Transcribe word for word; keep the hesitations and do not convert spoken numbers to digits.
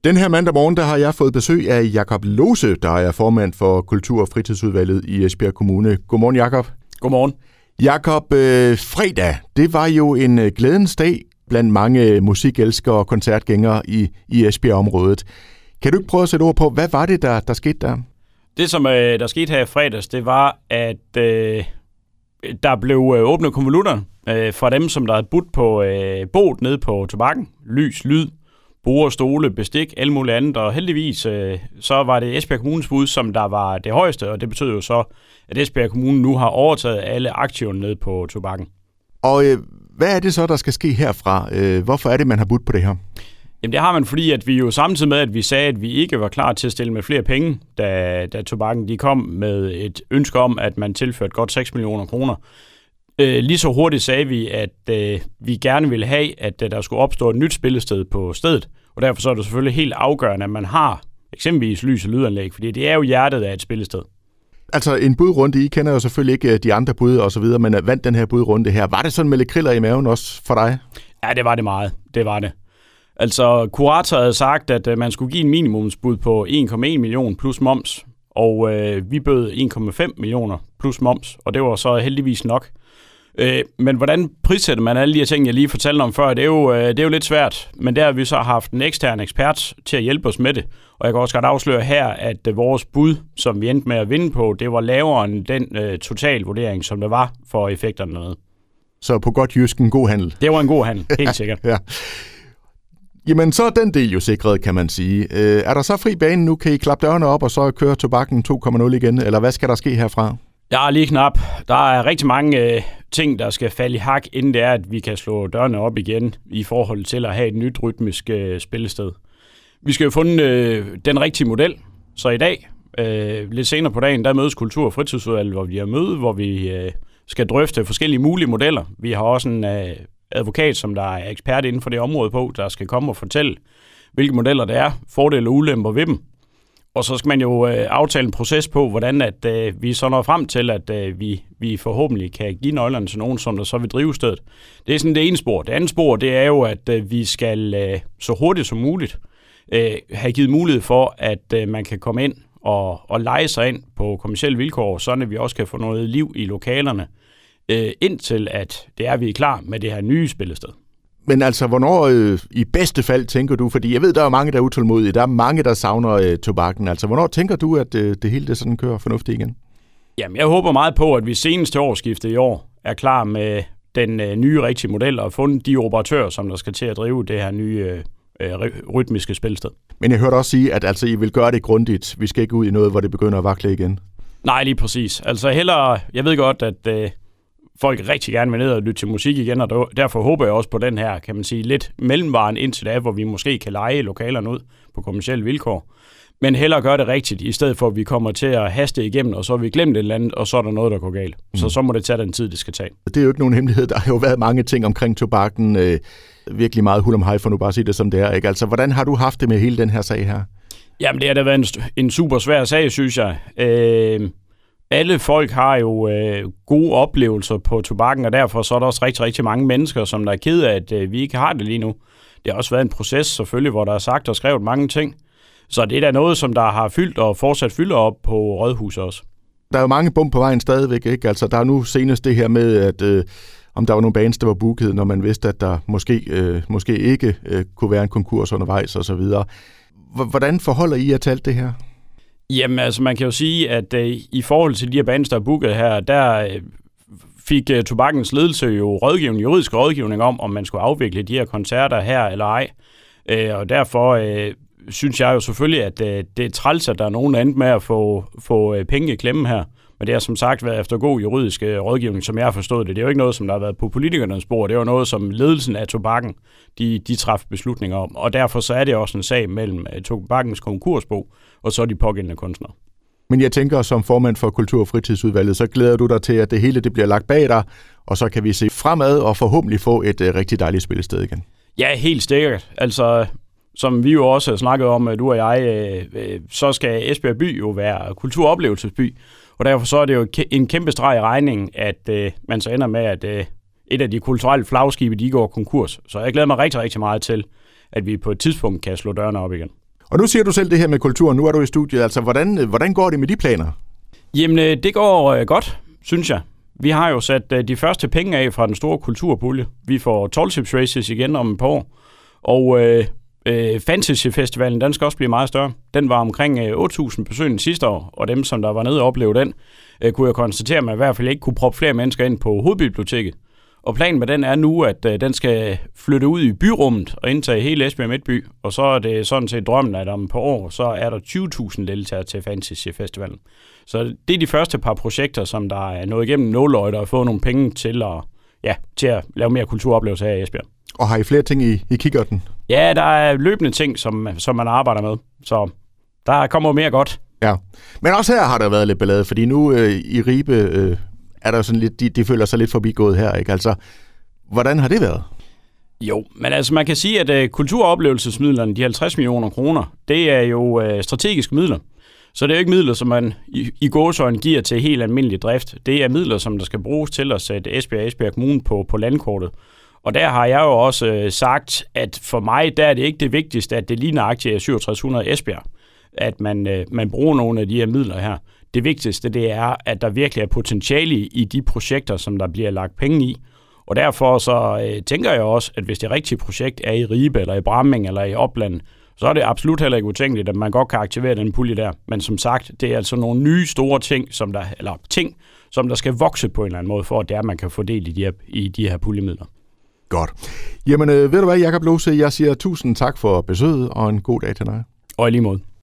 Den her mandag morgen, der har jeg fået besøg af Jakob Lose, der er formand for Kultur- og Fritidsudvalget i Esbjerg Kommune. Godmorgen, Jakob. Godmorgen. Jakob, øh, fredag, det var jo en glædens dag blandt mange musikelskere og koncertgængere i, i Esbjerg-området. Kan du ikke prøve at sætte ord på, hvad var det, der, der skete der? Det, som øh, der skete her i fredags, det var, at øh, der blev øh, åbnet konvolutter øh, fra dem, som der havde budt på øh, båd nede på Tobakken. Lys, lyd, borde, stole, bestik, alt muligt andet. Og heldigvis øh, så var det Esbjerg Kommunes bud, som der var det højeste, og det betød jo så, at Esbjerg Kommune nu har overtaget alle aktiverne nede på Tobakken. Og øh, hvad er det så, der skal ske herfra? Øh, hvorfor er det, man har budt på det her? Jamen det har man, fordi at vi jo samtidig med, at vi sagde, at vi ikke var klar til at stille med flere penge, da, da Tobakken de kom med et ønske om, at man tilførte godt seks millioner kroner. Øh, lige så hurtigt sagde vi, at øh, vi gerne ville have, at øh, der skulle opstå et nyt spillested på stedet. Og derfor så er det selvfølgelig helt afgørende, at man har eksempelvis lys- og lydanlæg, fordi det er jo hjertet af et spillested. Altså en budrunde, I kender jo selvfølgelig ikke de andre bud og så videre, men vandt den her budrunde her. Var det sådan med lidt kriller i maven også for dig? Ja, det var det meget. Det var det. Altså, kurator havde sagt, at man skulle give en minimumsbud på en komma en million plus moms, og øh, vi bød en komma fem millioner plus moms, og det var så heldigvis nok. Øh, men hvordan prissætter man alle de her ting, jeg lige fortalte om før, det er, jo, øh, det er jo lidt svært, men der har vi så haft en ekstern ekspert til at hjælpe os med det, og jeg kan også godt afsløre her, at øh, vores bud, som vi endte med at vinde på, det var lavere end den øh, totalvurdering, som der var for effekterne dernede. Så på godt jysk en god handel. Det var en god handel, helt sikkert. Ja. Jamen, så er den del jo sikret, kan man sige. Øh, er der så fri bane nu? Kan I klappe dørene op, og så køre Tobakken to komma nul igen? Eller hvad skal der ske herfra? Ja, lige knap. Der er rigtig mange øh, ting, der skal falde i hak, inden det er, at vi kan slå dørene op igen i forhold til at have et nyt rytmisk øh, spillested. Vi skal jo finde øh, den rigtige model. Så i dag, øh, lidt senere på dagen, der mødes Kultur- og Fritidsudvalget, hvor vi har møde, hvor vi øh, skal drøfte forskellige mulige modeller. Vi har også en øh, advokat, som der er ekspert inden for det område på, der skal komme og fortælle, hvilke modeller det er, fordele og ulemper ved dem. Og så skal man jo øh, aftale en proces på, hvordan at, øh, vi så når frem til, at øh, vi, vi forhåbentlig kan give nøglerne til nogen, som der så vil drive stedet. Det er sådan det ene spor. Det andet spor, det er jo, at øh, vi skal øh, så hurtigt som muligt øh, have givet mulighed for, at øh, man kan komme ind og, og leje sig ind på kommercielle vilkår, sådan at vi også kan få noget liv i lokalerne, øh, indtil at det er, vi er klar med det her nye spillested. Men altså, hvornår øh, i bedste fald tænker du, fordi jeg ved, der er mange, der er utålmodige, der er mange, der savner øh, Tobakken. Altså, hvornår tænker du, at øh, det hele det sådan kører fornuftigt igen? Jamen, jeg håber meget på, at vi senest til årsskiftet i år er klar med den øh, nye rigtige model og fundet de operatører, som der skal til at drive det her nye øh, rytmiske spilsted. Men jeg hørte også sige, at altså, I vil gøre det grundigt. Vi skal ikke ud i noget, hvor det begynder at vakle igen. Nej, lige præcis. Altså hellere, jeg ved godt, at øh, folk rigtig gerne vil ned og lytte til musik igen, og derfor håber jeg også på den her, kan man sige, lidt mellemvaren indtil da, hvor vi måske kan leje lokalerne ud på kommercielle vilkår. Men hellere gøre det rigtigt, i stedet for at vi kommer til at haste igennem, og så har vi glemt et eller andet, og så er der noget, der går galt. Mm. Så så må det tage den tid, det skal tage. Det er jo ikke nogen hemmelighed. Der har jo været mange ting omkring Tobakken. Øh, virkelig meget hul om hej, for nu bare at sige det som det er. Ikke? Altså, hvordan har du haft det med hele den her sag her? Jamen, det har da været en, en super svær sag, synes jeg. Øh, Alle folk har jo øh, gode oplevelser på Tobakken, og derfor så er der også rigtig, rigtig mange mennesker, som der er ked af, at øh, vi ikke har det lige nu. Det har også været en proces, selvfølgelig, hvor der er sagt og skrevet mange ting. Så det er da noget, som der har fyldt og fortsat fylder op på Rådhuset også. Der er jo mange bump på vejen stadigvæk, ikke? Altså, der er nu senest det her med, at øh, om der var nogle bands, der var booket, når man vidste, at der måske, øh, måske ikke øh, kunne være en konkurs undervejs og så videre. Hvordan forholder I jer til alt det her? Jamen, altså man kan jo sige, at øh, i forhold til de her bands, der er booket her, der øh, fik øh, Tobakkens ledelse jo rådgivning, juridisk rådgivning om, om man skulle afvikle de her koncerter her eller ej. Øh, og derfor øh, synes jeg jo selvfølgelig, at øh, det er træls, at der er nogen, der endte med at få, få øh, penge i klemme her. Men det har som sagt været efter god juridisk øh, rådgivning, som jeg har forstået det. Det er jo ikke noget, som der har været på politikernes spor. Det er jo noget, som ledelsen af Tobakken, de, de træffer beslutninger om. Og derfor så er det også en sag mellem øh, Tobakkens konkursbo og så de pågældende kunstnere. Men jeg tænker, som formand for Kultur- og Fritidsudvalget, så glæder du dig til, at det hele det bliver lagt bag dig, og så kan vi se fremad og forhåbentlig få et uh, rigtig dejligt spillested igen. Ja, helt sikkert. Altså, som vi jo også har snakket om, du og jeg, øh, så skal Esbjerg by jo være kulturoplevelsesby, og derfor så er det jo en kæmpe streg i regningen, at øh, man så ender med, at øh, et af de kulturelle flagskibe, de går konkurs. Så jeg glæder mig rigtig, rigtig meget til, at vi på et tidspunkt kan slå dørene op igen. Og nu siger du selv det her med kulturen, nu er du i studiet, altså hvordan, hvordan går det med de planer? Jamen, det går øh, godt, synes jeg. Vi har jo sat øh, de første penge af fra den store kulturpulje. Vi får tolv tips races igen om et par år, og øh, øh, Fantasy Festivalen, den skal også blive meget større. Den var omkring øh, otte tusind besøgende sidste år, og dem, som der var nede og opleve den, øh, kunne jeg konstatere, at man i hvert fald ikke kunne proppe flere mennesker ind på hovedbiblioteket. Og planen med den er nu, at øh, den skal flytte ud i byrummet og indtage hele Esbjerg Midtby. Og så er det sådan set drømmen, at om et par år, så er der tyve tusind deltagere til Fantasy Festivalen. Så det er de første par projekter, som der er nået igennem nåløjter og fået nogle penge til at, ja, til at lave mere kulturoplevelser her i Esbjerg. Og har I flere ting i, i kikkerten? Ja, der er løbende ting, som, som man arbejder med. Så der kommer mere godt. Ja, men også her har der været lidt ballade, fordi nu øh, i Ribe... Øh er der sådan lidt, de, de føler sig lidt forbigået her, ikke? Altså, hvordan har det været? Jo, men altså man kan sige, at uh, kulturoplevelsesmidlerne, de halvtreds millioner kroner, det er jo uh, strategiske midler. Så det er jo ikke midler, som man i, i gåseøjne giver til helt almindelig drift. Det er midler, som der skal bruges til at sætte Esbjerg og Esbjerg Kommune på, på landkortet. Og der har jeg jo også uh, sagt, at for mig, der er det ikke det vigtigste, at det lige nøjagtigt er syvogtres hundrede Esbjerg, at man, uh, man bruger nogle af de her midler her. Det vigtigste, det er, at der virkelig er potentiale i de projekter, som der bliver lagt penge i. Og derfor så øh, tænker jeg også, at hvis det rigtige projekt er i Ribe, eller i Bramming, eller i Opland, så er det absolut heller ikke utænkeligt, at man godt kan aktivere den pulje der. Men som sagt, det er altså nogle nye store ting, som der, eller ting, som der skal vokse på en eller anden måde, for at det er, at man kan få del i de her, i de her puljemidler. Godt. Jamen, øh, ved du hvad, Jakob Lose, jeg siger tusind tak for besøget, og en god dag til dig. Og i lige måde.